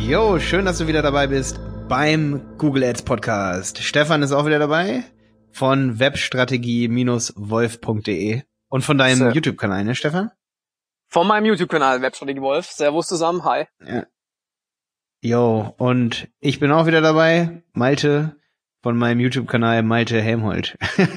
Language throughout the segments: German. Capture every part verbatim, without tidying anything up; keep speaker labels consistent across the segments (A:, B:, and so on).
A: Jo, schön, dass du wieder dabei bist beim Google Ads Podcast. Stefan ist auch wieder dabei von webstrategie Wolf punkt de und von deinem
B: Sehr.
A: YouTube-Kanal, ne, Stefan?
B: Von meinem YouTube-Kanal Webstrategie Wolf. Servus zusammen, hi.
A: Ja. Jo, und ich bin auch wieder dabei, Malte, von meinem YouTube-Kanal Malte Helmholt.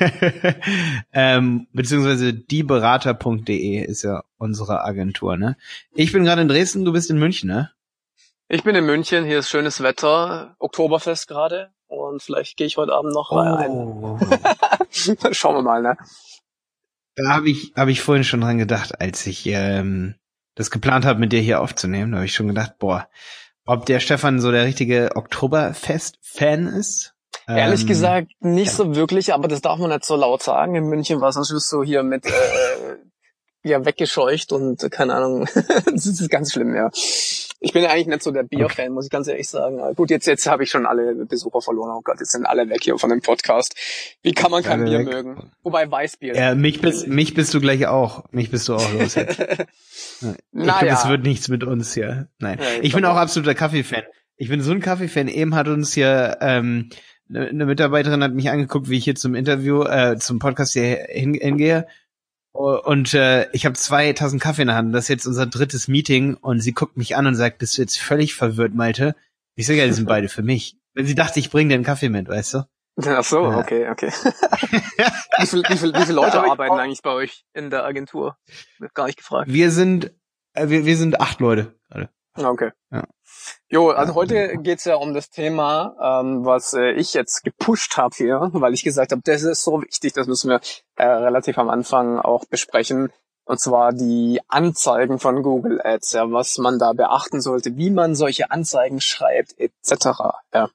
A: ähm, beziehungsweise dieberater punkt de ist ja unsere Agentur, ne? Ich bin gerade in Dresden, du bist in München, ne?
B: Ich bin in München, hier ist schönes Wetter, Oktoberfest gerade und vielleicht gehe ich heute Abend noch rein.
A: Oh.
B: Schauen wir mal, ne?
A: Da habe ich hab ich vorhin schon dran gedacht, als ich ähm, das geplant habe, mit dir hier aufzunehmen. Da habe ich schon gedacht, boah, ob der Stefan so der richtige Oktoberfest-Fan ist?
B: Ehrlich
A: ähm,
B: gesagt nicht
A: ja.
B: so wirklich, aber das darf man nicht so laut sagen. In München war es natürlich so hier mit äh, ja weggescheucht und keine Ahnung, das ist ganz schlimm, ja. Ich bin ja eigentlich nicht so der Bier-Fan, okay. Muss ich ganz ehrlich sagen. Gut, jetzt jetzt habe ich schon alle Besucher verloren. Oh Gott, jetzt sind alle weg hier von dem Podcast. Wie kann man kein Bier weg. mögen? Wobei Weißbier.
A: Ja, mich bist, mich bist du gleich auch. Mich bist du auch los jetzt. Ich
B: naja.
A: glaube, es wird nichts mit uns hier. Nein, ja, ich, ich bin auch absoluter Kaffee-Fan. Ich bin so ein Kaffee-Fan. Eben hat uns hier ähm, eine, eine Mitarbeiterin hat mich angeguckt, wie ich hier zum Interview, äh, zum Podcast hier hingehe. Und äh, ich habe zwei Tassen Kaffee in der Hand. Das ist jetzt unser drittes Meeting und sie guckt mich an und sagt, bist du jetzt völlig verwirrt, Malte? Ich sage, ja, die sind beide für mich. Wenn sie dachte, ich bringe dir einen Kaffee mit, weißt du?
B: Ach so, ja. okay, okay. wie, viel, wie, viel, wie viele Leute arbeiten eigentlich bei euch in der Agentur? Wird gar nicht gefragt.
A: Wir sind äh, wir, wir sind acht Leute gerade.
B: Okay.
A: Ja.
B: Jo, also heute geht's ja um das Thema, ähm, was äh, ich jetzt gepusht habe hier, weil ich gesagt habe, das ist so wichtig, das müssen wir äh, relativ am Anfang auch besprechen. Und zwar die Anzeigen von Google Ads, ja, was man da beachten sollte, wie man solche Anzeigen schreibt, et cetera. Ja.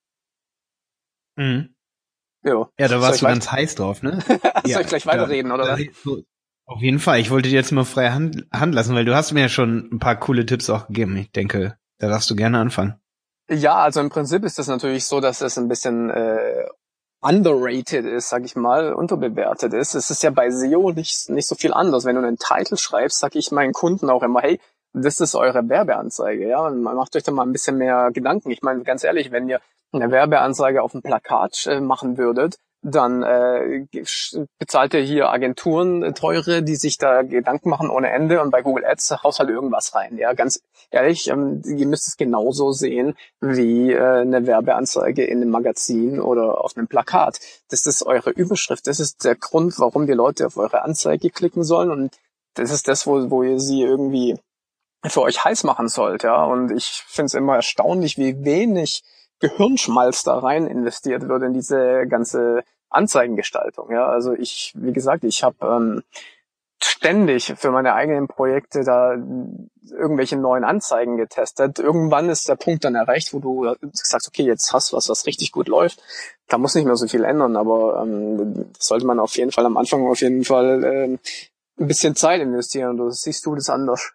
A: Mhm.
B: Jo.
A: Ja, da warst du ganz heiß drauf, ne?
B: Soll
A: ja,
B: ich gleich weiterreden, oder was?
A: Auf jeden Fall. Ich wollte dir jetzt mal freie Hand, Hand lassen, weil du hast mir ja schon ein paar coole Tipps auch gegeben. Ich denke, da darfst du gerne anfangen.
B: Ja, also im Prinzip ist das natürlich so, dass es ein bisschen äh, underrated ist, sag ich mal, unterbewertet ist. Es ist ja bei S E O nicht nicht so viel anders. Wenn du einen Titel schreibst, sag ich meinen Kunden auch immer, hey, das ist eure Werbeanzeige, ja, macht euch da mal ein bisschen mehr Gedanken. Ich meine, ganz ehrlich, wenn ihr eine Werbeanzeige auf dem Plakat äh, machen würdet, dann äh, bezahlt ihr hier Agenturen äh, teure, die sich da Gedanken machen ohne Ende, und bei Google Ads haust halt irgendwas rein. Ja, ganz ehrlich, ähm, ihr müsst es genauso sehen wie äh, eine Werbeanzeige in einem Magazin oder auf einem Plakat. Das ist eure Überschrift, das ist der Grund, warum die Leute auf eure Anzeige klicken sollen, und das ist das, wo, wo ihr sie irgendwie für euch heiß machen sollt. Ja, und ich finde es immer erstaunlich, wie wenig Gehirnschmalz da rein investiert wird in diese ganze Anzeigengestaltung. Ja, also ich, wie gesagt, ich habe ähm, ständig für meine eigenen Projekte da irgendwelche neuen Anzeigen getestet. Irgendwann ist der Punkt dann erreicht, wo du sagst, okay, jetzt hast du was, was richtig gut läuft. Da muss nicht mehr so viel ändern, aber ähm, das sollte man auf jeden Fall am Anfang auf jeden Fall ähm, ein bisschen Zeit investieren. Du siehst du das anders?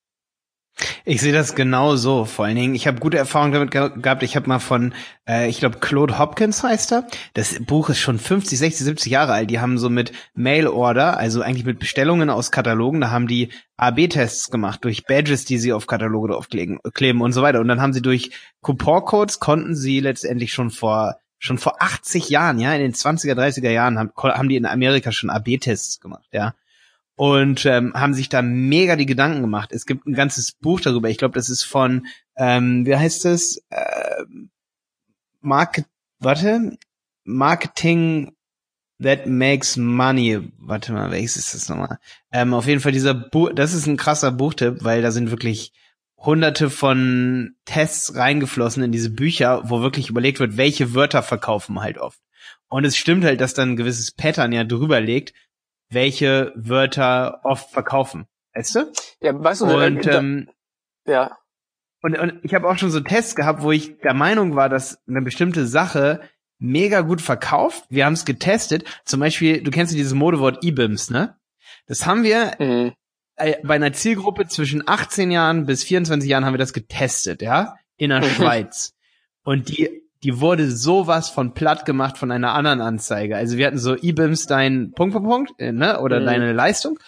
A: Ich sehe das genau so. Vor allen Dingen, ich habe gute Erfahrungen damit ge- gehabt. Ich habe mal von, äh, ich glaube, Claude Hopkins heißt er. Das Buch ist schon fünfzig, sechzig, siebzig Jahre alt. Die haben so mit Mail-Order, also eigentlich mit Bestellungen aus Katalogen, da haben die A B Tests gemacht durch Badges, die sie auf Kataloge draufkleben kleben und so weiter. Und dann haben sie durch Couponcodes, konnten sie letztendlich schon vor schon vor achtzig Jahren, ja, in den zwanziger, dreißiger Jahren, haben, haben die in Amerika schon A B Tests gemacht, ja. Und ähm, haben sich da mega die Gedanken gemacht. Es gibt ein ganzes Buch darüber. Ich glaube, das ist von, ähm, wie heißt das? Äh, Market, warte, Marketing that makes money. Warte mal, welches ist das nochmal? Ähm, auf jeden Fall dieser Buch, das ist ein krasser Buchtipp, weil da sind wirklich hunderte von Tests reingeflossen in diese Bücher, wo wirklich überlegt wird, welche Wörter verkaufen halt oft. Und es stimmt halt, dass dann ein gewisses Pattern ja drüber liegt, welche Wörter oft verkaufen, weißt du?
B: Ja, weißt du,
A: und,
B: da,
A: ähm,
B: ja.
A: Und, und ich habe auch schon so Tests gehabt, wo ich der Meinung war, dass eine bestimmte Sache mega gut verkauft. Wir haben es getestet. Zum Beispiel, du kennst ja dieses Modewort I B I M S, ne? Das haben wir
B: Mhm.
A: äh, bei einer Zielgruppe zwischen achtzehn Jahren bis vierundzwanzig Jahren haben wir das getestet, ja? In der
B: Mhm.
A: Schweiz. Und die die wurde sowas von platt gemacht von einer anderen Anzeige. Also wir hatten so I B I M S dein Punkt, Punkt, Punkt, ne? Oder
B: Mhm.
A: deine Leistung.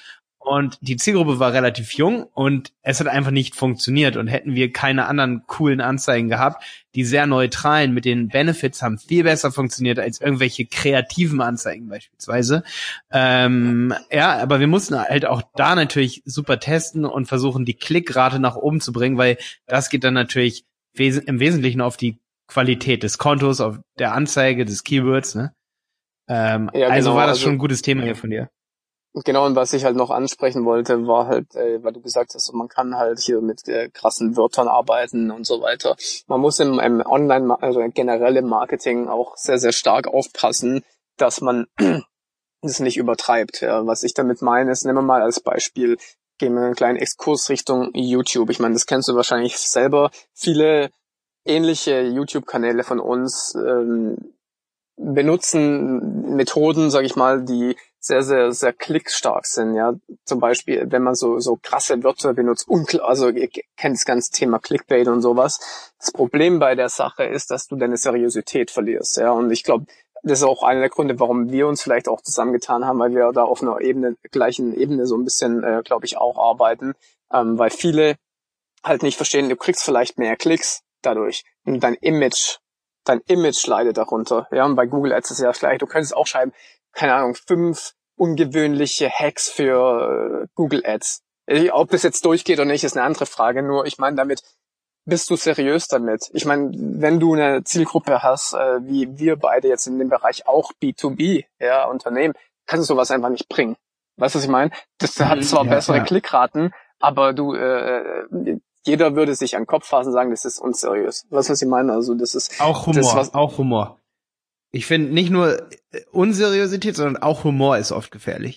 A: Und die Zielgruppe war relativ jung und es hat einfach nicht funktioniert. Und hätten wir keine anderen coolen Anzeigen gehabt, die sehr neutralen mit den Benefits haben viel besser funktioniert als irgendwelche kreativen Anzeigen beispielsweise. Ähm, ja, aber wir mussten halt auch da natürlich super testen und versuchen, die Klickrate nach oben zu bringen, weil das geht dann natürlich wes- im Wesentlichen auf die Qualität des Kontos, auf der Anzeige, des Keywords, ne? Ähm,
B: Ja,
A: also
B: genau,
A: war das
B: also
A: schon ein gutes Thema hier von dir.
B: Genau, und was ich halt noch ansprechen wollte, war halt, äh, weil du gesagt hast, man kann halt hier mit äh, krassen Wörtern arbeiten und so weiter. Man muss im, im Online, also generell im Marketing auch sehr, sehr stark aufpassen, dass man das nicht übertreibt. Ja. Was ich damit meine, ist, nehmen wir mal als Beispiel, gehen wir einen kleinen Exkurs Richtung YouTube. Ich meine, das kennst du wahrscheinlich selber. Viele ähnliche YouTube-Kanäle von uns ähm, benutzen Methoden, sage ich mal, die sehr, sehr, sehr klickstark sind, ja. Zum Beispiel, wenn man so, so krasse Wörter benutzt, unklar, also ihr kennt das ganze Thema Clickbait und sowas. Das Problem bei der Sache ist, dass du deine Seriosität verlierst, ja. Und ich glaube, das ist auch einer der Gründe, warum wir uns vielleicht auch zusammengetan haben, weil wir da auf einer Ebene, gleichen Ebene so ein bisschen, äh, glaube ich, auch arbeiten, ähm, weil viele halt nicht verstehen, du kriegst vielleicht mehr Klicks dadurch und dein Image dein Image leidet darunter. Ja, und bei Google Ads ist es ja vielleicht, du könntest auch schreiben, keine Ahnung, fünf ungewöhnliche Hacks für äh, Google Ads. Ob das jetzt durchgeht oder nicht, ist eine andere Frage. Nur, ich meine, damit bist du seriös damit. Ich meine, wenn du eine Zielgruppe hast, äh, wie wir beide jetzt in dem Bereich auch B zwei B, ja, Unternehmen, kannst du sowas einfach nicht bringen. Weißt du, was ich meine? Das
A: Mhm,
B: hat zwar
A: ja,
B: bessere
A: ja.
B: Klickraten, aber du, äh, jeder würde sich an den Kopf fassen und sagen, das ist unseriös. Weißt du, was ich meine? Also das ist
A: Auch Humor,
B: das, was,
A: auch Humor. Ich finde nicht nur Unseriosität, sondern auch Humor ist oft gefährlich.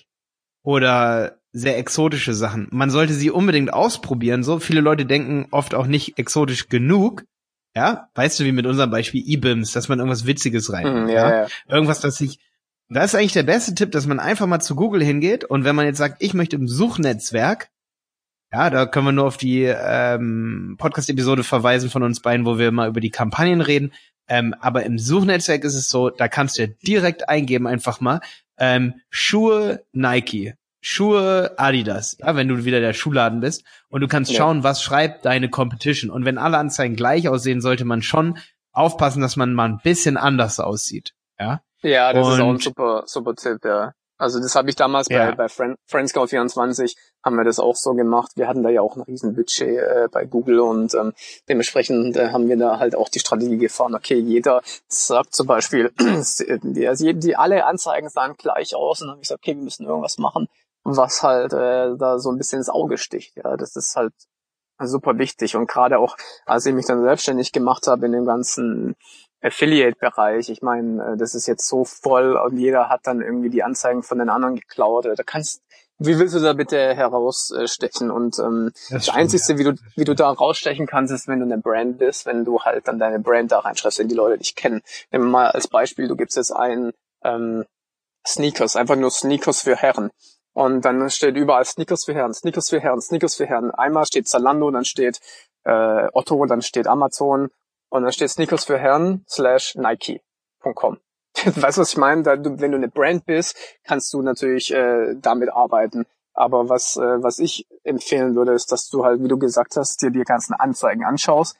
A: Oder sehr exotische Sachen. Man sollte sie unbedingt ausprobieren. So viele Leute denken oft auch nicht exotisch genug. Ja, weißt du, wie mit unserem Beispiel E-Bims, dass man irgendwas Witziges rein,
B: Mhm,
A: ja,
B: ja, ja.
A: irgendwas, das sich. Da ist eigentlich der beste Tipp, dass man einfach mal zu Google hingeht und wenn man jetzt sagt, ich möchte im Suchnetzwerk, ja, da können wir nur auf die ähm, Podcast-Episode verweisen von uns beiden, wo wir mal über die Kampagnen reden. Ähm, aber im Suchnetzwerk ist es so, da kannst du ja direkt eingeben, einfach mal ähm, Schuhe Nike, Schuhe Adidas, ja, wenn du wieder der Schuhladen bist. Und du kannst
B: Ja.
A: schauen, was schreibt deine Competition. Und wenn alle Anzeigen gleich aussehen, sollte man schon aufpassen, dass man mal ein bisschen anders aussieht. Ja,
B: Ja, das ist auch ein
A: Und-
B: super, super Tipp, ja. Also das habe ich damals
A: Ja.
B: bei, bei Friend, Friendscout vierundzwanzig haben wir das auch so gemacht. Wir hatten da ja auch ein riesen Budget äh, bei Google und ähm, dementsprechend äh, haben wir da halt auch die Strategie gefahren. Okay, jeder sagt zum Beispiel, die, also die, die alle Anzeigen sahen gleich aus und dann habe ich gesagt, okay, wir müssen irgendwas machen, was halt äh, da so ein bisschen ins Auge sticht. Ja, das ist halt super wichtig und gerade auch, als ich mich dann selbstständig gemacht habe in dem ganzen Affiliate-Bereich. Ich meine, das ist jetzt so voll und jeder hat dann irgendwie die Anzeigen von den anderen geklaut. Da kannst, wie willst du da bitte herausstechen? Und ähm,
A: Das
B: das,
A: stimmt,
B: Einzige,
A: ja.
B: wie du wie du da rausstechen kannst, ist, wenn du eine Brand bist, wenn du halt dann deine Brand da reinschreibst, wenn die Leute dich kennen. Nehmen wir mal als Beispiel, du gibst jetzt ein ähm, Sneakers, einfach nur Sneakers für Herren. Und dann steht überall Sneakers für Herren, Sneakers für Herren, Sneakers für Herren. Einmal steht Zalando, dann steht äh, Otto, dann steht Amazon und dann steht Sneakers für Herren slash Nike Punkt com. Weißt du, was ich meine? Da, du, wenn du eine Brand bist, kannst du natürlich äh, damit arbeiten. Aber was äh, was ich empfehlen würde, ist, dass du halt, wie du gesagt hast, dir die ganzen Anzeigen anschaust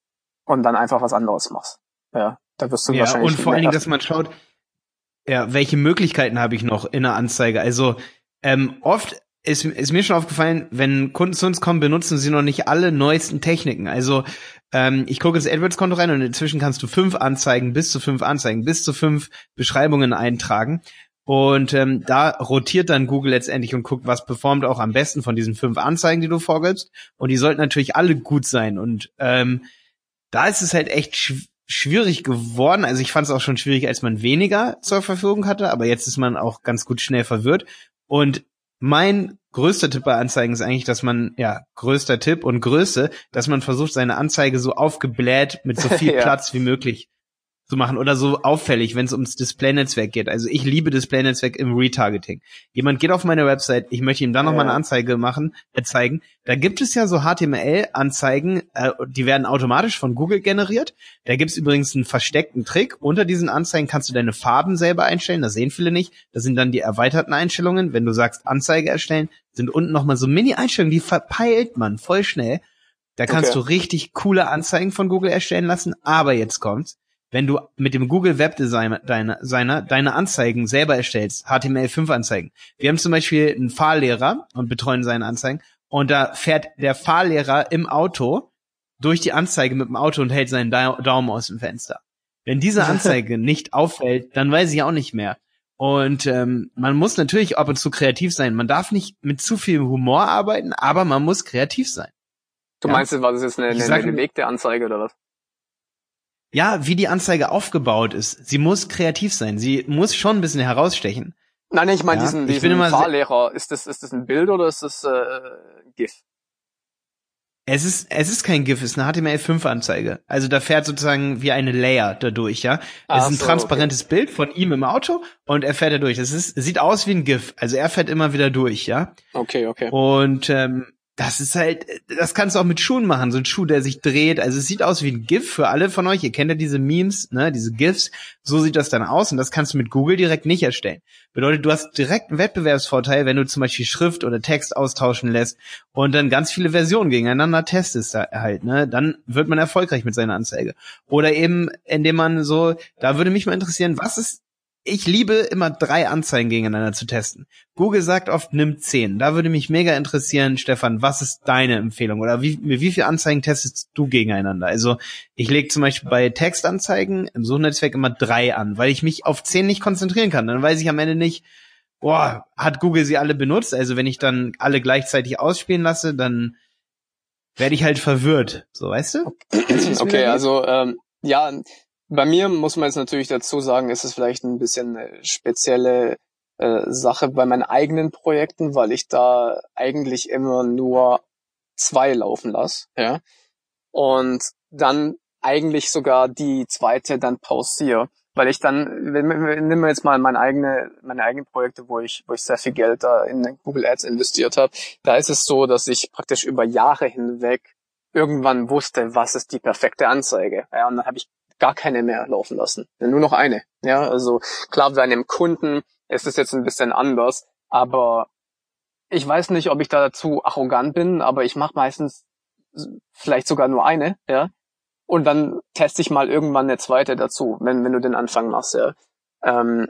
B: und dann einfach was anderes machst. Ja, da wirst du
A: Ja,
B: wahrscheinlich
A: und vor allen Dingen,
B: mehr-
A: dass man schaut, ja, welche Möglichkeiten habe ich noch in der Anzeige? Also ähm, oft ist, ist mir schon aufgefallen, wenn Kunden zu uns kommen, benutzen sie noch nicht alle neuesten Techniken. Also ähm, ich gucke ins AdWords-Konto rein und inzwischen kannst du fünf Anzeigen, bis zu fünf Anzeigen, bis zu fünf Beschreibungen eintragen. Und ähm, da rotiert dann Google letztendlich und guckt, was performt auch am besten von diesen fünf Anzeigen, die du vorgibst. Und die sollten natürlich alle gut sein. Und ähm, da ist es halt echt schw- schwierig geworden. Also ich fand es auch schon schwierig, als man weniger zur Verfügung hatte. Aber jetzt ist man auch ganz gut schnell verwirrt. Und mein größter Tipp bei Anzeigen ist eigentlich, dass man, ja, größter Tipp und Größe, dass man versucht, seine Anzeige so aufgebläht mit so viel
B: Ja.
A: Platz wie möglich zu machen oder so auffällig, wenn es ums Display-Netzwerk geht. Also ich liebe Display-Netzwerk im Retargeting. Jemand geht auf meine Website, ich möchte ihm dann
B: ja.
A: nochmal eine Anzeige machen, äh, zeigen. Da gibt es ja so H T M L-Anzeigen, äh, die werden automatisch von Google generiert. Da gibt's übrigens einen versteckten Trick. Unter diesen Anzeigen kannst du deine Farben selber einstellen, das sehen viele nicht. Das sind dann die erweiterten Einstellungen. Wenn du sagst Anzeige erstellen, sind unten nochmal so Mini-Einstellungen, die verpeilt man voll schnell. Da kannst okay. du richtig coole Anzeigen von Google erstellen lassen. Aber jetzt kommt's. Wenn du mit dem Google Webdesigner deine, seine, deine Anzeigen selber erstellst, H T M L fünf Anzeigen. Wir haben zum Beispiel einen Fahrlehrer und betreuen seine Anzeigen und da fährt der Fahrlehrer im Auto durch die Anzeige mit dem Auto und hält seinen Daumen aus dem Fenster. Wenn diese Anzeige nicht auffällt, dann weiß ich auch nicht mehr. Und ähm, man muss natürlich ab und zu kreativ sein. Man darf nicht mit zu viel Humor arbeiten, aber man muss kreativ sein.
B: Du meinst, ja? war das jetzt eine, eine, eine bewegte Anzeige oder was?
A: Ja, wie die Anzeige aufgebaut ist. Sie muss kreativ sein. Sie muss schon ein bisschen herausstechen.
B: Nein, ich meine
A: ja?
B: diesen,
A: ich
B: diesen Fahrlehrer. Ist das, ist das ein Bild oder ist das äh, GIF?
A: Es ist, es ist kein GIF, es ist eine H T M L fünf Anzeige. Also da fährt sozusagen wie eine Layer dadurch, ja.
B: Ah,
A: es ist ein
B: so,
A: transparentes
B: okay.
A: Bild von ihm im Auto und er fährt da durch. Das ist, sieht aus wie ein GIF. Also er fährt immer wieder durch, ja.
B: Okay, okay.
A: Und ähm, das ist halt, das kannst du auch mit Schuhen machen, so ein Schuh, der sich dreht. Also es sieht aus wie ein GIF für alle von euch. Ihr kennt ja diese Memes, ne, diese GIFs. So sieht das dann aus und das kannst du mit Google direkt nicht erstellen. Bedeutet, du hast direkt einen Wettbewerbsvorteil, wenn du zum Beispiel Schrift oder Text austauschen lässt und dann ganz viele Versionen gegeneinander testest halt, ne, dann wird man erfolgreich mit seiner Anzeige. Oder eben, indem man so, da würde mich mal interessieren, was ist, ich liebe immer drei Anzeigen gegeneinander zu testen. Google sagt oft, nimm zehn. Da würde mich mega interessieren, Stefan, was ist deine Empfehlung? Oder wie, wie viele Anzeigen testest du gegeneinander? Also ich lege zum Beispiel bei Textanzeigen im Suchnetzwerk immer drei an, weil ich mich auf zehn nicht konzentrieren kann. Dann weiß ich am Ende nicht, boah, hat Google sie alle benutzt? Also wenn ich dann alle gleichzeitig ausspielen lasse, dann werde ich halt verwirrt. So, weißt du?
B: Weißt du, okay, also ähm, ja, bei mir muss man jetzt natürlich dazu sagen, ist es vielleicht ein bisschen eine spezielle äh, Sache bei meinen eigenen Projekten, weil ich da eigentlich immer nur zwei laufen lasse, ja, und dann eigentlich sogar die zweite dann pausiere, weil ich dann, wenn, wenn, nehmen wir jetzt mal meine eigene, meine eigenen Projekte, wo ich, wo ich sehr viel Geld da in Google Ads investiert habe, da ist es so, dass ich praktisch über Jahre hinweg irgendwann wusste, was ist die perfekte Anzeige, ja, und dann habe ich gar keine mehr laufen lassen. Nur noch eine. Ja, also klar, bei einem Kunden ist es jetzt ein bisschen anders, aber ich weiß nicht, ob ich da zu arrogant bin, aber ich mache meistens vielleicht sogar nur eine, ja. Und dann teste ich mal irgendwann eine zweite dazu, wenn wenn du den Anfang machst, ja. Ähm,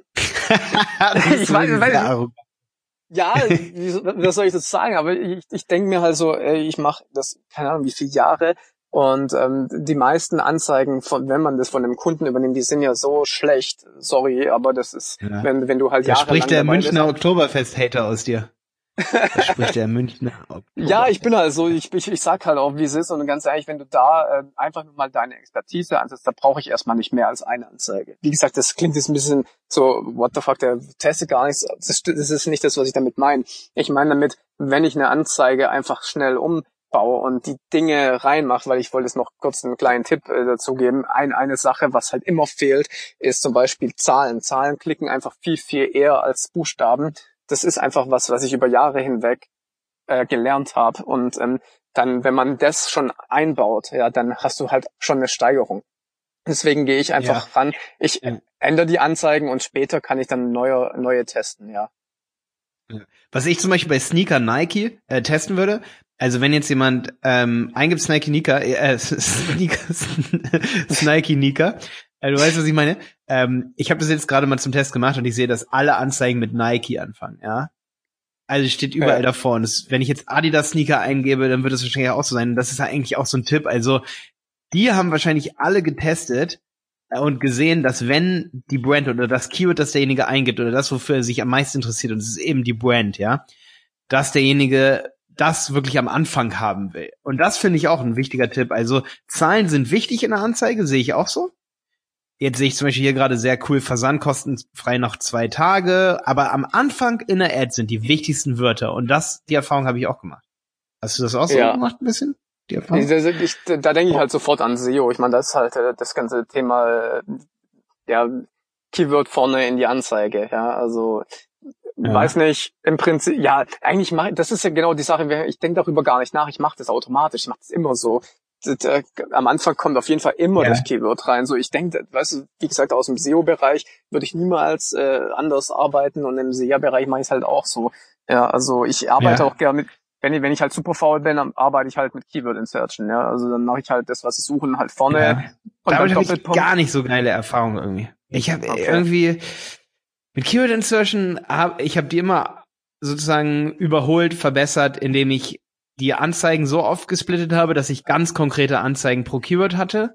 B: ich weiß, ich weiß ja, wie, was soll ich das sagen? Aber ich, ich denke mir halt so, ey, ich mache das, keine Ahnung, wie viele Jahre. Und ähm, die meisten Anzeigen, von, wenn man das von einem Kunden übernimmt, die sind ja so schlecht. Sorry, aber das ist, ja. wenn wenn du halt
A: da
B: jahrelang
A: spricht der Münchner
B: bist.
A: Oktoberfest-Hater aus dir. Da spricht der Münchner Oktoberfest.
B: Ja, ich bin halt so, ich, ich, ich sag halt auch, wie es ist. Und ganz ehrlich, wenn du da äh, einfach nur mal deine Expertise ansetzt, da brauche ich erstmal nicht mehr als eine Anzeige. Wie gesagt, das klingt jetzt ein bisschen so, what the fuck, der testet gar nichts. Das, das ist nicht das, was ich damit meine. Ich meine damit, wenn ich eine Anzeige einfach schnell um baue und die Dinge reinmache, weil ich wollte jetzt noch kurz einen kleinen Tipp äh, dazu geben. Ein, eine Sache, was halt immer fehlt, ist zum Beispiel Zahlen. Zahlen klicken einfach viel, viel eher als Buchstaben. Das ist einfach was, was ich über Jahre hinweg äh, gelernt habe. Und ähm, dann, wenn man das schon einbaut, ja, dann hast du halt schon eine Steigerung. Deswegen gehe ich einfach ja. ran. Ich ja. ändere die Anzeigen und später kann ich dann neue, neue testen, ja.
A: Was ich zum Beispiel bei Sneaker Nike äh, testen würde, also wenn jetzt jemand ähm, eingibt Nike Nika, äh, Sneakers, Nike Nika, äh, du weißt, was ich meine? Ähm, ich habe das jetzt gerade mal zum Test gemacht und ich sehe, dass alle Anzeigen mit Nike anfangen, ja. Also steht überall ja. davor. Und das, wenn ich jetzt Adidas Sneaker eingebe, dann wird es wahrscheinlich auch so sein. Und das ist ja eigentlich auch so ein Tipp. Also die haben wahrscheinlich alle getestet und gesehen, dass wenn die Brand oder das Keyword, das derjenige eingibt oder das, wofür er sich am meisten interessiert, und das ist eben die Brand, ja, dass derjenige das wirklich am Anfang haben will. Und das finde ich auch ein wichtiger Tipp. Also Zahlen sind wichtig in der Anzeige, sehe ich auch so. Jetzt sehe ich zum Beispiel hier gerade sehr cool, versandkostenfrei noch zwei Tage. Aber am Anfang in der Ad sind die wichtigsten Wörter. Und das, die Erfahrung habe ich auch gemacht. Hast du das auch so
B: ja.
A: gemacht ein bisschen? Die
B: Erfahrung? Ich, ich, da denke ich halt sofort an S E O. Ich meine, das ist halt das ganze Thema ja, Keyword vorne in die Anzeige, ja, also
A: Ja.
B: weiß nicht, im Prinzip, ja, eigentlich mache das ist ja genau die Sache, ich denke darüber gar nicht nach, ich mache das automatisch, ich mache das immer so. Das, äh, am Anfang kommt auf jeden Fall immer
A: Ja.
B: das Keyword rein. So, ich denke, weißt du, wie gesagt, aus dem S E O-Bereich würde ich niemals äh, anders arbeiten und im S E A-Bereich mache ich es halt auch so. Ja, also ich arbeite
A: Ja.
B: auch gerne mit, wenn ich, wenn ich halt super faul bin, dann arbeite ich halt mit Keyword Insertion, ja. Also dann mache ich halt das, was ich suchen, halt vorne.
A: Ja.
B: Und
A: Damit
B: dann
A: habe ich
B: Doppelpunkt.
A: gar nicht so geile Erfahrungen irgendwie. Ich habe
B: Okay.
A: irgendwie mit Keyword Insertion, hab, ich habe die immer sozusagen überholt, verbessert, indem ich die Anzeigen so oft gesplittet habe, dass ich ganz konkrete Anzeigen pro Keyword hatte.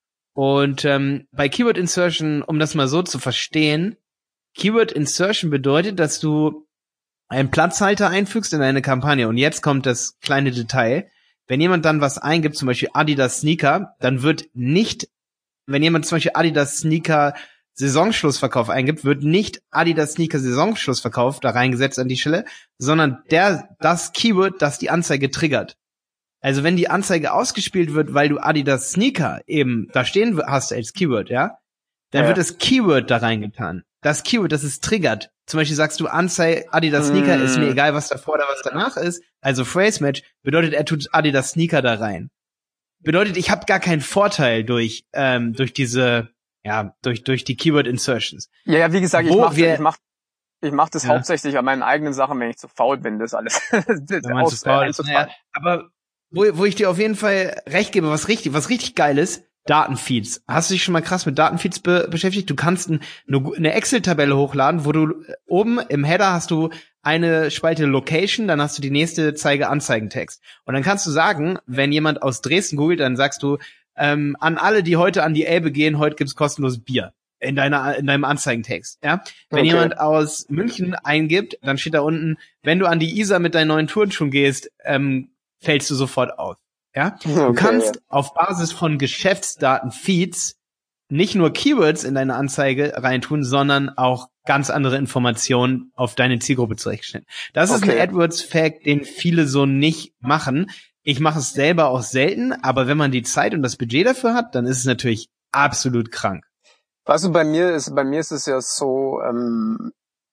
A: Und ähm, bei Keyword Insertion, um das mal so zu verstehen, Keyword Insertion bedeutet, dass du einen Platzhalter einfügst in eine Kampagne. Und jetzt kommt das kleine Detail. Wenn jemand dann was eingibt, zum Beispiel Adidas Sneaker, dann wird nicht, wenn jemand zum Beispiel Adidas Sneaker Saisonschlussverkauf eingibt, wird nicht Adidas Sneaker Saisonschlussverkauf da reingesetzt an die Stelle, sondern der, das Keyword, das die Anzeige triggert. Also wenn die Anzeige ausgespielt wird, weil du Adidas Sneaker eben da stehen hast als Keyword, ja, dann
B: Ja.
A: wird das Keyword da reingetan. Das Keyword, das es triggert. Zum Beispiel sagst du Anzeige Adidas Sneaker,
B: Mm.
A: ist mir egal, was davor oder was danach ist. Also Phrase Match bedeutet, er tut Adidas Sneaker da rein. Bedeutet, ich habe gar keinen Vorteil durch ähm, durch diese ja durch durch die Keyword Insertions.
B: Ja, ja, wie gesagt, ich
A: Wo
B: mache
A: wir-
B: ich mach, ich mach das
A: Ja.
B: hauptsächlich an meinen eigenen Sachen, wenn ich zu faul bin, das alles
A: Wenn man
B: aus,
A: zu faul
B: äh,
A: ist.
B: einzutragen.
A: Naja, aber wo, wo ich dir auf jeden Fall recht gebe, was richtig, was richtig geil ist, Datenfeeds. Hast du dich schon mal krass mit Datenfeeds be beschäftigt? Du kannst ein, eine Excel-Tabelle hochladen, wo du oben im Header hast du eine Spalte Location, dann hast du die nächste Zeige Anzeigentext. Und dann kannst du sagen, wenn jemand aus Dresden googelt, dann sagst du, ähm, an alle, die heute an die Elbe gehen, heute gibt's kostenlos Bier. In deiner, in deinem Anzeigentext, ja. Wenn
B: Okay.
A: jemand aus München eingibt, dann steht da unten, wenn du an die Isar mit deinen neuen Turnschuhen gehst, ähm, fällst du sofort auf, ja. Du
B: Okay,
A: kannst
B: ja.
A: auf Basis von Geschäftsdaten-Feeds nicht nur Keywords in deine Anzeige reintun, sondern auch ganz andere Informationen auf deine Zielgruppe zurechtstellen. Das ist
B: Okay.
A: ein AdWords-Fact, den viele so nicht machen. Ich mache es selber auch selten, aber wenn man die Zeit und das Budget dafür hat, dann ist es natürlich absolut krank.
B: Weißt du, bei mir ist, bei mir ist es ja so, ähm,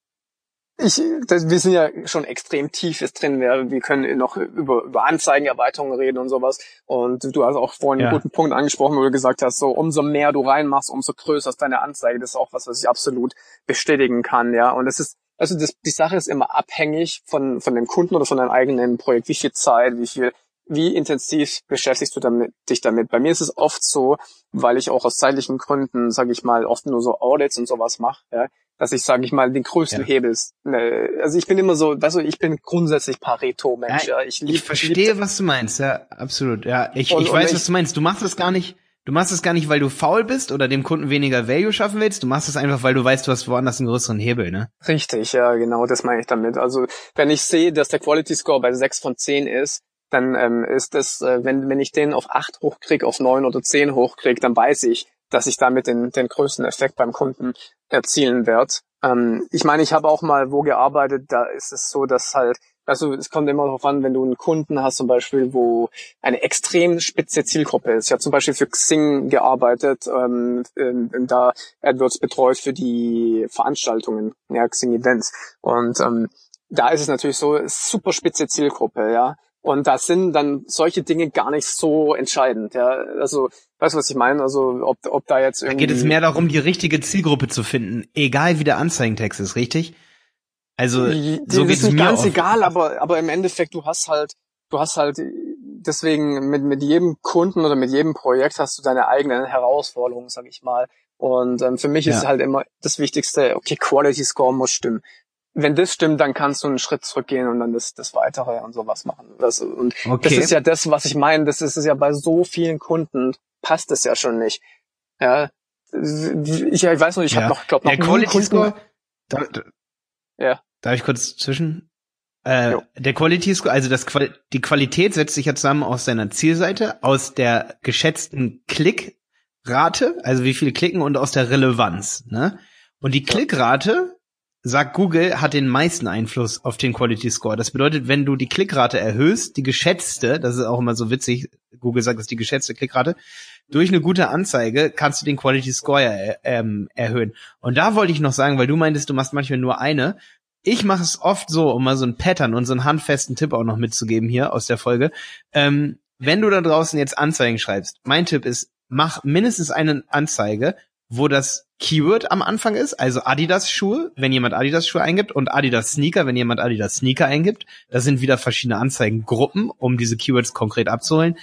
B: ich, das, wir sind ja schon extrem tief jetzt drin. Wir, wir können noch über, über Anzeigenerweiterungen reden und sowas. Und du hast auch vorhin
A: Ja.
B: einen guten Punkt angesprochen, wo du gesagt hast, so, umso mehr du reinmachst, umso größer ist deine Anzeige. Das ist auch was, was ich absolut bestätigen kann, ja. Und es ist, also das, die Sache ist immer abhängig von, von dem Kunden oder von deinem eigenen Projekt. Wie viel Zeit, wie viel, wie intensiv beschäftigst du damit, dich damit? Bei mir ist es oft so, weil ich auch aus zeitlichen Gründen, sage ich mal, oft nur so Audits und sowas mache, ja, dass ich, sage ich mal, den größten
A: Ja.
B: Hebel, ne, also ich bin immer so, weißt du, ich bin grundsätzlich Pareto-Mensch, ja, ich lieb,
A: Ich verstehe, was du meinst, ja, absolut, ja. Ich,
B: Und-
A: ich
B: und
A: weiß,
B: ich-
A: was du meinst. Du machst es gar nicht, du machst es gar nicht, weil du faul bist oder dem Kunden weniger Value schaffen willst. Du machst es einfach, weil du weißt, du hast woanders einen größeren Hebel, ne?
B: Richtig, ja, genau, das meine ich damit. Also wenn ich sehe, dass der Quality Score bei sechs von zehn ist, dann ähm, ist das, äh, wenn wenn ich den auf acht hochkrieg, auf neun oder zehn hochkrieg, dann weiß ich, dass ich damit den den größten Effekt beim Kunden erzielen werde. Ähm, ich meine, ich habe auch mal wo gearbeitet, da ist es so, dass halt, also es kommt immer darauf an, wenn du einen Kunden hast zum Beispiel, wo eine extrem spitze Zielgruppe ist. Ich habe zum Beispiel für Xing gearbeitet, ähm, in, in da AdWords betreut für die Veranstaltungen, ja, Xing Events. Und ähm, da ist es natürlich so, super spitze Zielgruppe, ja. Und da sind dann solche Dinge gar nicht so entscheidend, ja. Also, weißt du, was ich meine? Also, ob, ob da jetzt
A: Da
B: irgendwie...
A: geht es mehr darum, die richtige Zielgruppe zu finden, egal wie der Anzeigentext ist, richtig? Also,
B: Die-
A: so
B: das
A: geht's
B: ist nicht
A: mir
B: ganz
A: oft.
B: egal, aber aber im Endeffekt, du hast halt, du hast halt deswegen mit mit jedem Kunden oder mit jedem Projekt hast du deine eigenen Herausforderungen, sag ich mal. Und ähm, für mich
A: Ja.
B: ist halt immer das Wichtigste, okay, Quality Score muss stimmen. Wenn das stimmt, dann kannst du einen Schritt zurückgehen und dann das das Weitere und sowas machen. Das, und
A: Okay.
B: das ist ja das, was ich meine. Das ist es ja bei so vielen Kunden passt es ja schon nicht. Ja, ich, ich weiß noch, ich
A: Ja.
B: habe noch, glaube noch
A: Der
B: nie
A: Quality
B: Kunden.
A: Score, da, da,
B: Ja.
A: darf ich kurz zwischen? Äh,
B: Jo.
A: der Quality Score, also das Qual die Qualität setzt sich ja zusammen aus deiner Zielseite, aus der geschätzten Klickrate, also wie viele klicken und aus der Relevanz, ne? Und die Klickrate sagt Google, hat den meisten Einfluss auf den Quality Score. Das bedeutet, wenn du die Klickrate erhöhst, die geschätzte, das ist auch immer so witzig, Google sagt, das ist die geschätzte Klickrate, durch eine gute Anzeige kannst du den Quality Score ja, ähm, erhöhen. Und da wollte ich noch sagen, weil du meintest, du machst manchmal nur eine. Ich mache es oft so, um mal so ein Pattern und so einen handfesten Tipp auch noch mitzugeben hier aus der Folge. Ähm, wenn du da draußen jetzt Anzeigen schreibst, mein Tipp ist, mach mindestens eine Anzeige, wo das Keyword am Anfang ist, also Adidas-Schuhe, wenn jemand Adidas-Schuhe eingibt, und Adidas-Sneaker, wenn jemand Adidas-Sneaker eingibt. Das sind wieder verschiedene Anzeigengruppen, um diese Keywords konkret abzuholen.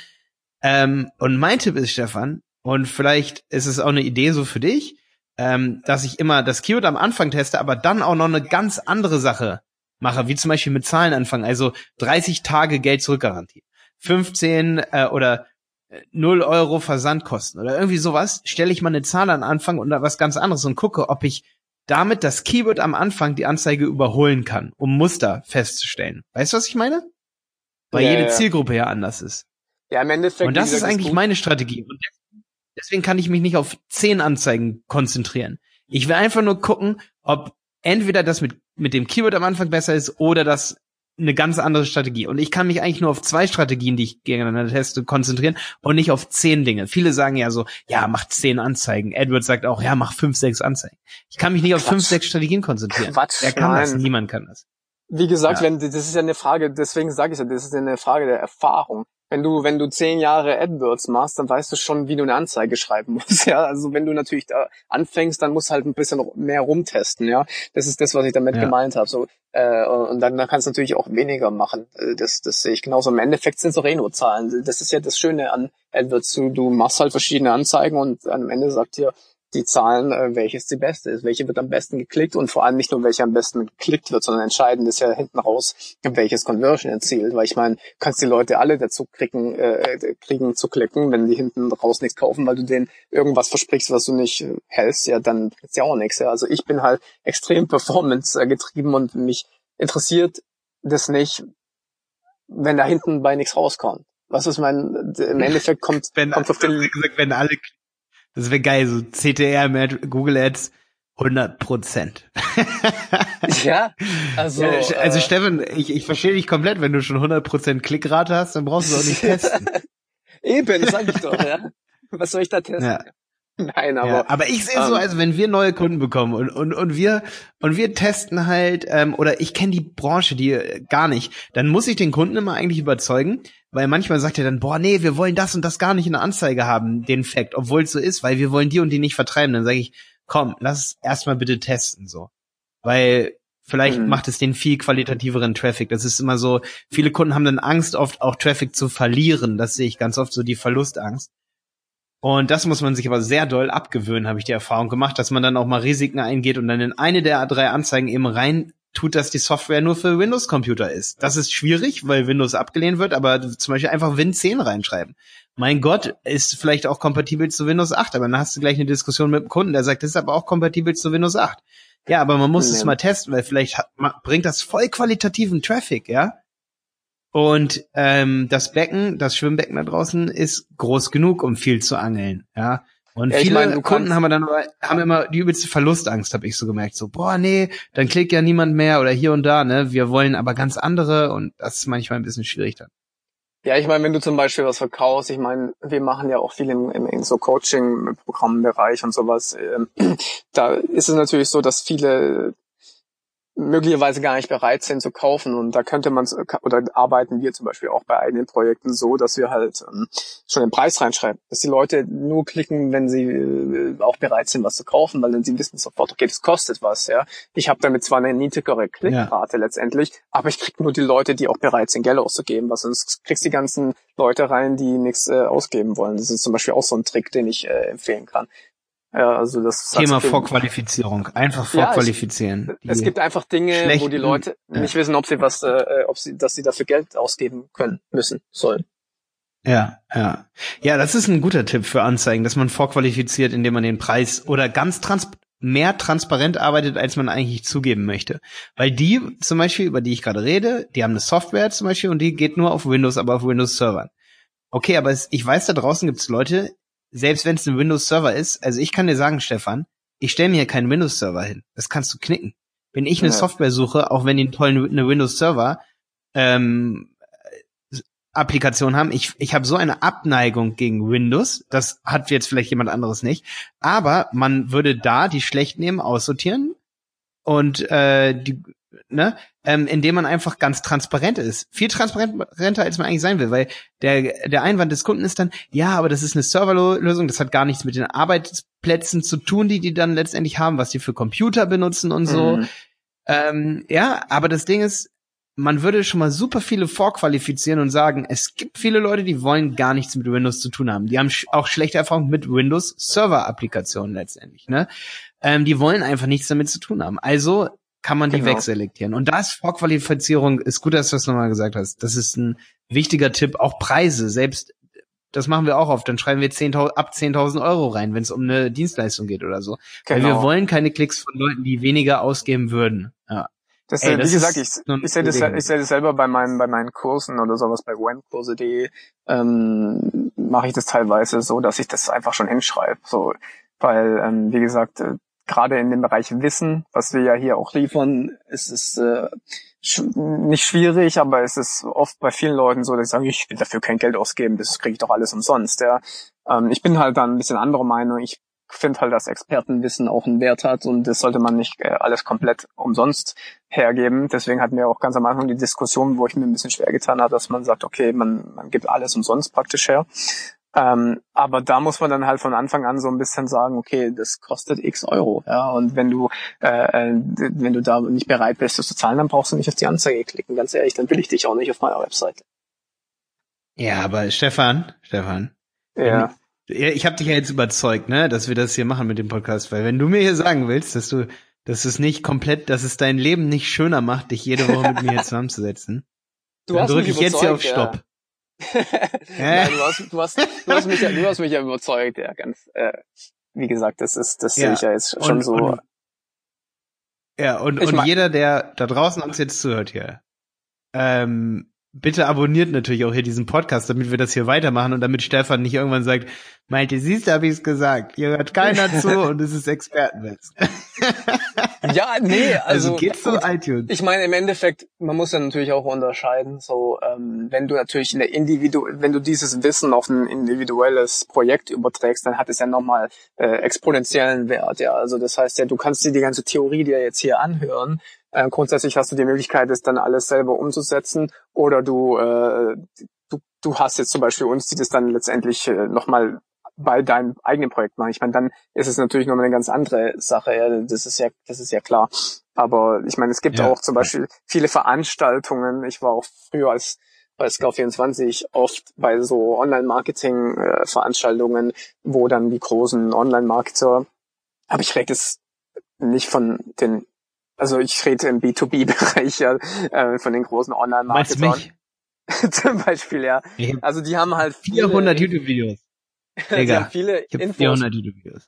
A: Ähm, und mein Tipp ist, Stefan, und vielleicht ist es auch eine Idee so für dich, ähm, dass ich immer das Keyword am Anfang teste, aber dann auch noch eine ganz andere Sache mache, wie zum Beispiel mit Zahlen anfangen, also dreißig Tage Geld-Zurück-Garantie, fünfzehn äh, oder null Euro Versandkosten oder irgendwie sowas, stelle ich mal eine Zahl an Anfang und was ganz anderes und gucke, ob ich damit das Keyword am Anfang die Anzeige überholen kann, um Muster festzustellen. Weißt du, was ich meine? Weil
B: ja,
A: jede
B: ja.
A: Zielgruppe ja anders ist.
B: Ja, im Endeffekt.
A: Und das
B: gesagt,
A: ist eigentlich
B: ist
A: meine Strategie. Und deswegen kann ich mich nicht auf zehn Anzeigen konzentrieren. Ich will einfach nur gucken, ob entweder das mit mit dem Keyword am Anfang besser ist oder das eine ganz andere Strategie. Und ich kann mich eigentlich nur auf zwei Strategien, die ich gegeneinander teste, konzentrieren und nicht auf zehn Dinge. Viele sagen ja so, ja, mach zehn Anzeigen. Edward sagt auch, ja, mach fünf, sechs Anzeigen. Ich kann mich nicht auf
B: Quatsch.
A: fünf, sechs Strategien konzentrieren.
B: Quatsch,
A: Wer kann
B: nein.
A: das? Niemand kann das.
B: Wie gesagt,
A: Ja.
B: wenn das ist ja eine Frage, deswegen sage ich ja, das ist ja eine Frage der Erfahrung. Wenn du, wenn du zehn Jahre AdWords machst, dann weißt du schon, wie du eine Anzeige schreiben musst, ja. Also wenn du natürlich da anfängst, dann musst du halt ein bisschen mehr rumtesten, ja. Das ist das, was ich damit
A: Ja.
B: gemeint habe. So, äh, und dann, dann kannst du natürlich auch weniger machen. Das, das sehe ich genauso. Im Endeffekt sind es auch eh nur Zahlen. Das ist ja das Schöne an AdWords. Du, du machst halt verschiedene Anzeigen und am Ende sagt dir die Zahlen, äh, welches die beste ist, welche wird am besten geklickt und vor allem nicht nur, welche am besten geklickt wird, sondern entscheidend ist ja hinten raus, welches Conversion erzielt, weil ich meine, du kannst die Leute alle dazu kriegen, äh, kriegen zu klicken, wenn die hinten raus nichts kaufen, weil du denen irgendwas versprichst, was du nicht äh, hältst, ja, dann ist ja auch nichts, ja. Also ich bin halt extrem Performance äh, getrieben und mich interessiert das nicht, wenn da hinten bei nichts rauskommt. Was ist mein, im Endeffekt kommt,
A: wenn,
B: kommt auf den,
A: gesagt, wenn alle, das wäre geil, so C T R mit Google Ads, hundert Prozent.
B: ja, also,
A: ja, also
B: äh,
A: Steffen, ich, ich verstehe dich komplett, wenn du schon hundert Prozent Klickrate hast, dann brauchst du auch nicht testen.
B: Eben, sag ich doch, ja. Was soll ich da testen?
A: Ja.
B: Nein, aber.
A: Ja, aber ich sehe so,
B: ähm,
A: also wenn wir neue Kunden bekommen und und und wir und wir testen halt, ähm, oder ich kenne die Branche, die äh, gar nicht, dann muss ich den Kunden immer eigentlich überzeugen, weil manchmal sagt er dann, boah, nee, wir wollen das und das gar nicht in der Anzeige haben, den Fact, obwohl es so ist, weil wir wollen die und die nicht vertreiben. Dann sage ich, komm, lass es erstmal bitte testen, so, weil vielleicht
B: Mhm.
A: macht es den viel qualitativeren Traffic. Das ist immer so, viele Kunden haben dann Angst, oft auch Traffic zu verlieren. Das sehe ich ganz oft, so die Verlustangst. Und das muss man sich aber sehr doll abgewöhnen, habe ich die Erfahrung gemacht, dass man dann auch mal Risiken eingeht und dann in eine der drei Anzeigen eben rein tut, dass die Software nur für Windows-Computer ist. Das ist schwierig, weil Windows abgelehnt wird, aber zum Beispiel einfach Win zehn reinschreiben. Mein Gott, ist vielleicht auch kompatibel zu Windows acht, aber dann hast du gleich eine Diskussion mit dem Kunden, der sagt, das ist aber auch kompatibel zu Windows acht. Ja, aber man muss
B: Nee.
A: es mal testen, weil vielleicht hat, bringt das voll qualitativen Traffic, ja? Und ähm, das Becken, das Schwimmbecken da draußen ist groß genug, um viel zu angeln, ja. Und
B: Ja, ich
A: viele
B: meine, du
A: Kunden
B: kannst-
A: haben dann aber, haben immer die übelste Verlustangst, habe ich so gemerkt. So, boah, nee, dann klickt ja niemand mehr oder hier und da, ne? Wir wollen aber ganz andere und das ist manchmal ein bisschen schwierig dann.
B: Ja, ich meine, wenn du zum Beispiel was verkaufst, ich meine, wir machen ja auch viel im, im, in so Coaching-Programmbereich und sowas, ähm, da ist es natürlich so, dass viele möglicherweise gar nicht bereit sind zu kaufen und da könnte man, oder arbeiten wir zum Beispiel auch bei eigenen Projekten so, dass wir halt ähm, schon den Preis reinschreiben, dass die Leute nur klicken, wenn sie äh, auch bereit sind, was zu kaufen, weil dann sie wissen sofort, okay, das kostet was, ja. Ich habe damit zwar eine niedrigere Klickrate ja. letztendlich, aber ich krieg nur die Leute, die auch bereit sind, Geld auszugeben, weil sonst kriegst du die ganzen Leute rein, die nichts äh, ausgeben wollen. Das ist zum Beispiel auch so ein Trick, den ich äh, empfehlen kann. Ja, also das
A: Thema
B: also,
A: Vorqualifizierung. Einfach vorqualifizieren.
B: Ja, es, es gibt einfach Dinge, wo die Leute
A: ja.
B: nicht wissen, ob sie was, äh, ob sie, dass sie dafür Geld ausgeben können, müssen, sollen.
A: Ja, ja. Ja, das ist ein guter Tipp für Anzeigen, dass man vorqualifiziert, indem man den Preis oder ganz trans mehr transparent arbeitet, als man eigentlich zugeben möchte. Weil die zum Beispiel, über die ich gerade rede, die haben eine Software zum Beispiel und die geht nur auf Windows, aber auf Windows-Servern. Okay, aber es, ich weiß, da draußen gibt es Leute, selbst wenn es ein Windows-Server ist, also ich kann dir sagen, Stefan, ich stelle mir hier keinen Windows-Server hin. Das kannst du knicken. Wenn ich eine
B: Ja.
A: Software suche, auch wenn die einen tollen eine Windows Server ähm, Applikation haben, ich ich habe so eine Abneigung gegen Windows, das hat jetzt vielleicht jemand anderes nicht, aber man würde da die schlecht nehmen, aussortieren und äh, die ne, ähm, indem man einfach ganz transparent ist. Viel transparenter, als man eigentlich sein will, weil der der Einwand des Kunden ist dann, ja, aber das ist eine Serverlösung, das hat gar nichts mit den Arbeitsplätzen zu tun, die die dann letztendlich haben, was die für Computer benutzen und so.
B: Mhm.
A: Ähm, ja, aber das Ding ist, man würde schon mal super viele vorqualifizieren und sagen, es gibt viele Leute, die wollen gar nichts mit Windows zu tun haben. Die haben sch- auch schlechte Erfahrungen mit Windows-Server-Applikationen letztendlich, ne? Ähm, die wollen einfach nichts damit zu tun haben. Also kann man die
B: Genau.
A: wegselektieren. Und da ist Vorqualifizierung, ist gut, dass du das nochmal gesagt hast. Das ist ein wichtiger Tipp. Auch Preise, selbst, das machen wir auch oft. Dann schreiben wir zehntausend, ab zehntausend Euro rein, wenn es um eine Dienstleistung geht oder so. Weil wir
B: Genau.
A: wollen keine Klicks von Leuten, die weniger ausgeben würden. Ja.
B: Das,
A: Ey,
B: äh,
A: das
B: wie gesagt, ich,
A: ist so ein
B: ich sehe das,
A: Problem.
B: ich sehe das selber bei meinen, bei meinen Kursen oder sowas bei webkurse punkt de, ähm, mache ich das teilweise so, dass ich das einfach schon hinschreibe, so, weil, ähm, wie gesagt, äh, gerade in dem Bereich Wissen, was wir ja hier auch liefern, ist es äh, sch- nicht schwierig, aber es ist oft bei vielen Leuten so, dass sie sagen, ich will dafür kein Geld ausgeben, das kriege ich doch alles umsonst, ja. Ähm, ich bin halt dann ein bisschen anderer Meinung, ich finde halt, dass Expertenwissen auch einen Wert hat und das sollte man nicht äh, alles komplett umsonst hergeben. Deswegen hatten wir auch ganz am Anfang die Diskussion, wo ich mir ein bisschen schwer getan habe, dass man sagt, okay, man, man gibt alles umsonst praktisch her. Ähm, aber da muss man dann halt von Anfang an so ein bisschen sagen, okay, das kostet x Euro, ja, und wenn du äh, wenn du da nicht bereit bist, das zu zahlen, dann brauchst du nicht auf die Anzeige klicken, ganz ehrlich, dann will ich dich auch nicht auf meiner Webseite.
A: Ja, aber Stefan, Stefan,
B: Ja.
A: Ja, ich habe dich ja jetzt überzeugt, ne, dass wir das hier machen mit dem Podcast, weil wenn du mir hier sagen willst, dass du, dass es nicht komplett, dass es dein Leben nicht schöner macht, dich jede Woche mit mir hier zusammenzusetzen,
B: Du
A: dann
B: hast
A: drücke
B: mich
A: ich jetzt hier auf
B: überzeugt,
A: Stopp.
B: Nein, du hast, du hast, du hast mich ja, du hast mich ja überzeugt, ja, ganz, äh, wie gesagt, das ist, das
A: Ja,
B: sehe ich ja jetzt schon
A: und,
B: so.
A: Und, ja, und,
B: Ich
A: und
B: mein-
A: jeder, der da draußen uns jetzt zuhört hier, ähm, bitte abonniert natürlich auch hier diesen Podcast, damit wir das hier weitermachen und damit Stefan nicht irgendwann sagt, Malte, siehst du, hab ich's gesagt, hier hört keiner zu und es ist Expertenwissen.
B: Ja, nee,
A: Also
B: also,
A: geht's zu
B: gut.
A: iTunes.
B: Ich meine, im Endeffekt, man muss ja natürlich auch unterscheiden, so, ähm, wenn du natürlich eine Individu, wenn du dieses Wissen auf ein individuelles Projekt überträgst, dann hat es ja nochmal äh, exponentiellen Wert, ja. Also das heißt ja, du kannst dir die ganze Theorie dir jetzt hier anhören. Äh, grundsätzlich hast du die Möglichkeit, das dann alles selber umzusetzen, oder du, äh, du, du hast jetzt zum Beispiel uns, die das dann letztendlich äh, nochmal bei deinem eigenen Projekt machen. Ich meine, dann ist es natürlich nochmal eine ganz andere Sache. Ja, das ist ja, das ist ja klar. Aber ich meine, es gibt
A: Ja.
B: auch zum Beispiel viele Veranstaltungen. Ich war auch früher als bei Scout vierundzwanzig oft bei so Online-Marketing-Veranstaltungen, wo dann die großen Online-Marketer, aber ich rede jetzt nicht von den, also ich rede im B zwei B-Bereich, ja, äh, von den großen
A: Meinst du
B: Online-Marketern.
A: mich?
B: Zum Beispiel, ja.
A: Ich hab
B: Also die haben halt viele,
A: vierhundert YouTube-Videos.
B: die
A: Digga,
B: haben viele
A: ich hab
B: Infos.
A: vierhundert YouTube-Videos.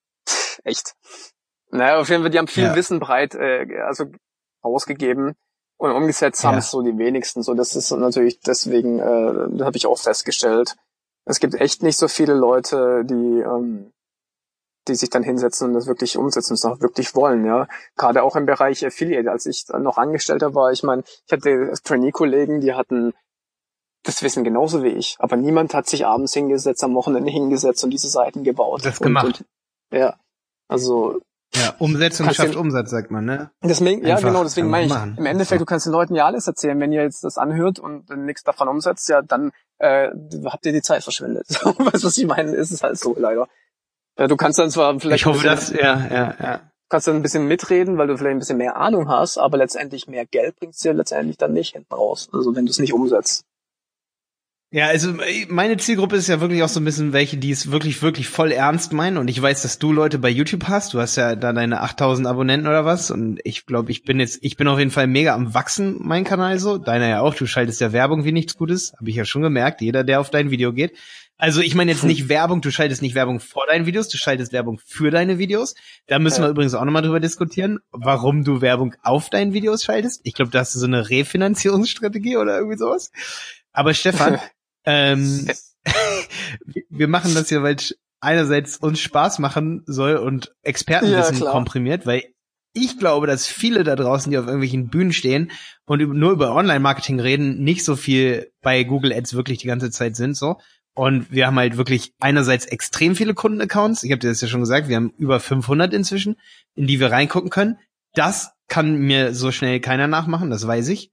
B: Echt. Naja, auf jeden Fall, die haben viel
A: Ja.
B: Wissen breit, äh, also ausgegeben und umgesetzt haben
A: Ja.
B: es so die wenigsten. So, das ist natürlich deswegen, äh, das habe ich auch festgestellt. Es gibt echt nicht so viele Leute, die, ähm, die sich dann hinsetzen und das wirklich umsetzen und es auch wirklich wollen, ja. Gerade auch im Bereich Affiliate, als ich noch Angestellter war, ich meine, ich hatte Trainee-Kollegen, die hatten das Wissen genauso wie ich, aber niemand hat sich abends hingesetzt, am Wochenende hingesetzt und diese Seiten gebaut.
A: Das
B: und,
A: gemacht.
B: Und, ja, also
A: Ja, Umsetzung
B: Kannst
A: schafft
B: den-
A: Umsatz, sagt man, ne?
B: deswegen, ja
A: Einfach-
B: genau, deswegen
A: einfach
B: meine ich,
A: machen.
B: im Endeffekt,
A: So.
B: du kannst den Leuten ja alles erzählen, wenn ihr jetzt das anhört und nichts davon umsetzt, ja, dann äh, habt ihr die Zeit verschwendet. Weißt du, was ich meine? Ist es halt so, leider. Ja, du kannst dann zwar vielleicht
A: Ich hoffe,
B: ein bisschen,
A: dass, ja, ja, ja.
B: kannst dann ein bisschen mitreden, weil du vielleicht ein bisschen mehr Ahnung hast, aber letztendlich mehr Geld bringt's dir letztendlich dann nicht hinten raus. Also wenn du es nicht umsetzt.
A: Ja, also meine Zielgruppe ist ja wirklich auch so ein bisschen welche, die es wirklich, wirklich voll ernst meinen. Und ich weiß, dass du Leute bei YouTube hast. Du hast ja da deine achttausend Abonnenten oder was. Und ich glaube, ich bin jetzt, ich bin auf jeden Fall mega am Wachsen, mein Kanal so. Deiner ja auch. Du schaltest ja Werbung wie nichts Gutes. Habe ich ja schon gemerkt. Jeder, der auf dein Video geht. Also ich meine jetzt nicht Werbung. Du schaltest nicht Werbung vor deinen Videos. Du schaltest Werbung für deine Videos. Da müssen
B: Ja.
A: wir übrigens auch nochmal drüber diskutieren, warum du Werbung auf deinen Videos schaltest. Ich glaube, da hast du so eine Refinanzierungsstrategie oder irgendwie sowas. Aber Stefan, Ähm, wir machen das ja, weil es einerseits uns Spaß machen soll und Expertenwissen
B: Ja, klar.
A: komprimiert, weil ich glaube, dass viele da draußen, die auf irgendwelchen Bühnen stehen und nur über Online-Marketing reden, nicht so viel bei Google Ads wirklich die ganze Zeit sind, so. Und wir haben halt wirklich einerseits extrem viele Kundenaccounts. Ich habe dir das ja schon gesagt, wir haben über fünfhundert inzwischen, in die wir reingucken können. Das kann mir so schnell keiner nachmachen, das weiß ich.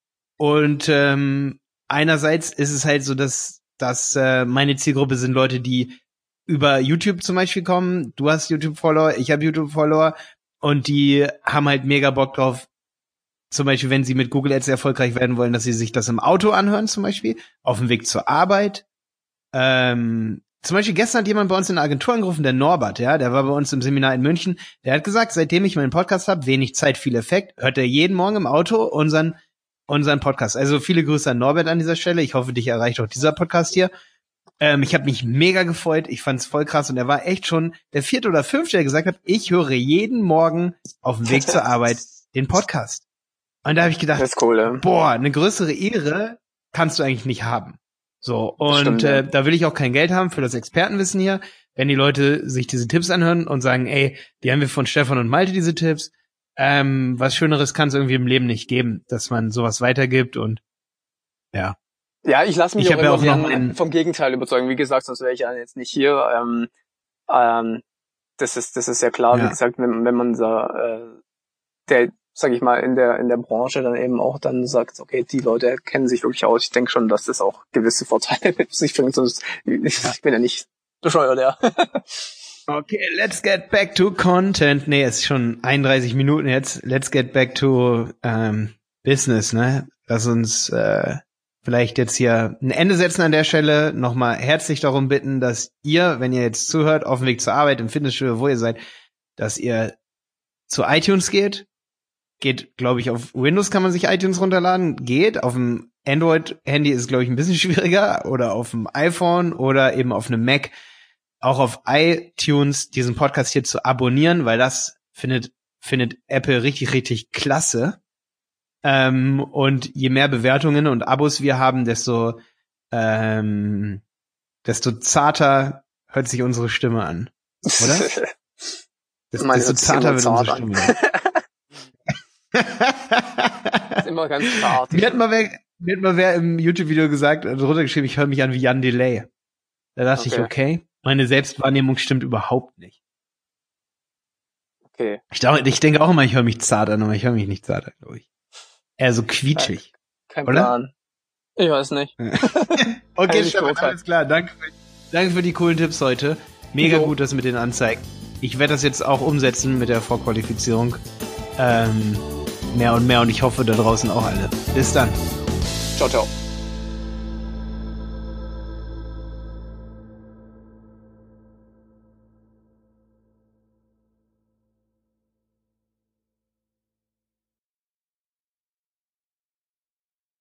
A: Und ähm, einerseits ist es halt so, dass, dass äh, meine Zielgruppe sind Leute, die über YouTube zum Beispiel kommen. Du hast YouTube-Follower, ich habe YouTube-Follower. Und die haben halt mega Bock drauf, zum Beispiel, wenn sie mit Google Ads erfolgreich werden wollen, dass sie sich das im Auto anhören zum Beispiel, auf dem Weg zur Arbeit. Ähm, zum Beispiel gestern hat jemand bei uns in der Agentur angerufen, der Norbert, ja, der war bei uns im Seminar in München. Der hat gesagt, seitdem ich meinen Podcast habe, wenig Zeit, viel Effekt, hört er jeden Morgen im Auto unseren unseren Podcast. Also viele Grüße an Norbert an dieser Stelle. Ich hoffe, dich erreicht auch dieser Podcast hier. Ähm, ich habe mich mega gefreut, ich fand's voll krass und er war echt schon der vierte oder fünfte, der gesagt hat, ich höre jeden Morgen auf dem Weg zur Arbeit den Podcast. Und da habe ich gedacht,
B: das ist cool, ja.
A: Boah, eine größere Ehre kannst du eigentlich nicht haben. So, und
B: stimmt, ja.
A: äh, da will ich auch kein Geld haben für das Expertenwissen hier, wenn die Leute sich diese Tipps anhören und sagen, ey, die haben wir von Stefan und Malte, diese Tipps. Ähm, was Schöneres kann es irgendwie im Leben nicht geben, dass man sowas weitergibt und ja.
B: Ja, ich lasse mich
A: ich
B: auch immer
A: ja auch
B: gern
A: noch einen,
B: vom Gegenteil überzeugen. Wie gesagt, sonst wäre ich ja jetzt nicht hier. Ähm, ähm, das ist das ist ja klar.
A: Ja.
B: Wie gesagt, wenn, wenn man da, äh, der, sag ich mal, in der in der Branche dann eben auch dann sagt, okay, die Leute kennen sich wirklich aus. Ich denke schon, dass das auch gewisse Vorteile mit sich bringt. Sonst ich,
A: ja.
B: ich bin ja nicht bescheuert, ja.
A: Okay, let's get back to content. Nee, es ist schon einunddreißig Minuten jetzt. Let's get back to ähm, Business, ne? Lass uns äh, vielleicht jetzt hier ein Ende setzen an der Stelle. Nochmal herzlich darum bitten, dass ihr, wenn ihr jetzt zuhört, auf dem Weg zur Arbeit, im Fitnessstudio, wo ihr seid, dass ihr zu iTunes geht. Geht, glaube ich, auf Windows kann man sich iTunes runterladen. Geht. Auf dem Android-Handy ist es, glaube ich, ein bisschen schwieriger. Oder auf dem iPhone oder eben auf einem Mac. Auch auf iTunes diesen Podcast hier zu abonnieren, weil das findet, findet Apple richtig, richtig klasse. Ähm, und je mehr Bewertungen und Abos wir haben, desto, ähm, desto zarter hört sich unsere Stimme an. Oder? Des, desto zarter wird unsere Stimme an.
B: Ist immer ganz zart.
A: Mir hat mal wer, mir hat mal wer im YouTube-Video gesagt, also runtergeschrieben, ich höre mich an wie Jan Delay. Da dachte okay. ich, okay, meine Selbstwahrnehmung stimmt überhaupt nicht.
B: Okay.
A: Ich, dachte, ich denke auch immer, ich höre mich zart an, aber ich höre mich nicht zart an, glaube ich. Eher so quietschig.
B: Kein
A: oder?
B: Plan. Ich weiß nicht.
A: Okay, Stefan, alles klar. Danke für, danke für die coolen Tipps heute. Mega jo. gut, das mit den Anzeigen. Ich werde das jetzt auch umsetzen mit der Vorqualifizierung. Ähm, mehr und mehr und ich hoffe da draußen auch alle. Bis dann.
B: Ciao, ciao.